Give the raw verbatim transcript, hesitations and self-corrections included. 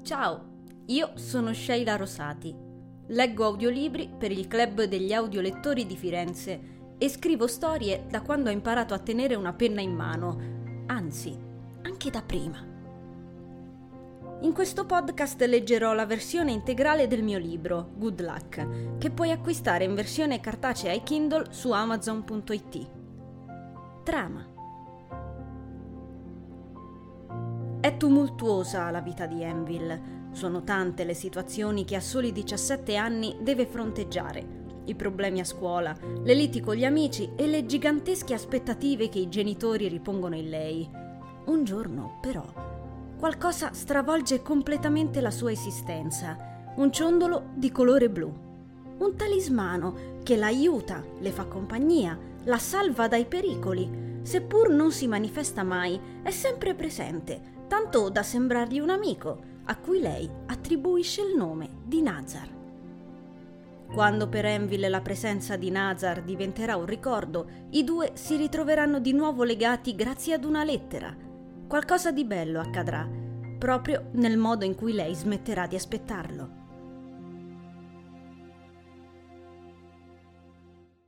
Ciao, io sono Sheila Rosati. Leggo audiolibri per il Club degli Audiolettori di Firenze e scrivo storie da quando ho imparato a tenere una penna in mano, anzi, anche da prima. In questo podcast leggerò la versione integrale del mio libro, Good Luck, che puoi acquistare in versione cartacea e Kindle su amazon punto it. Trama. È tumultuosa la vita di Anvil. Sono tante le situazioni che a soli diciassette anni deve fronteggiare. I problemi a scuola, le liti con gli amici e le gigantesche aspettative che i genitori ripongono in lei. Un giorno, però, qualcosa stravolge completamente la sua esistenza. Un ciondolo di colore blu. Un talismano che la aiuta, le fa compagnia, la salva dai pericoli. Seppur non si manifesta mai, è sempre presente, tanto da sembrargli un amico, a cui lei attribuisce il nome di Nazar. Quando per Anvil la presenza di Nazar diventerà un ricordo, i due si ritroveranno di nuovo legati grazie ad una lettera. Qualcosa di bello accadrà, proprio nel modo in cui lei smetterà di aspettarlo.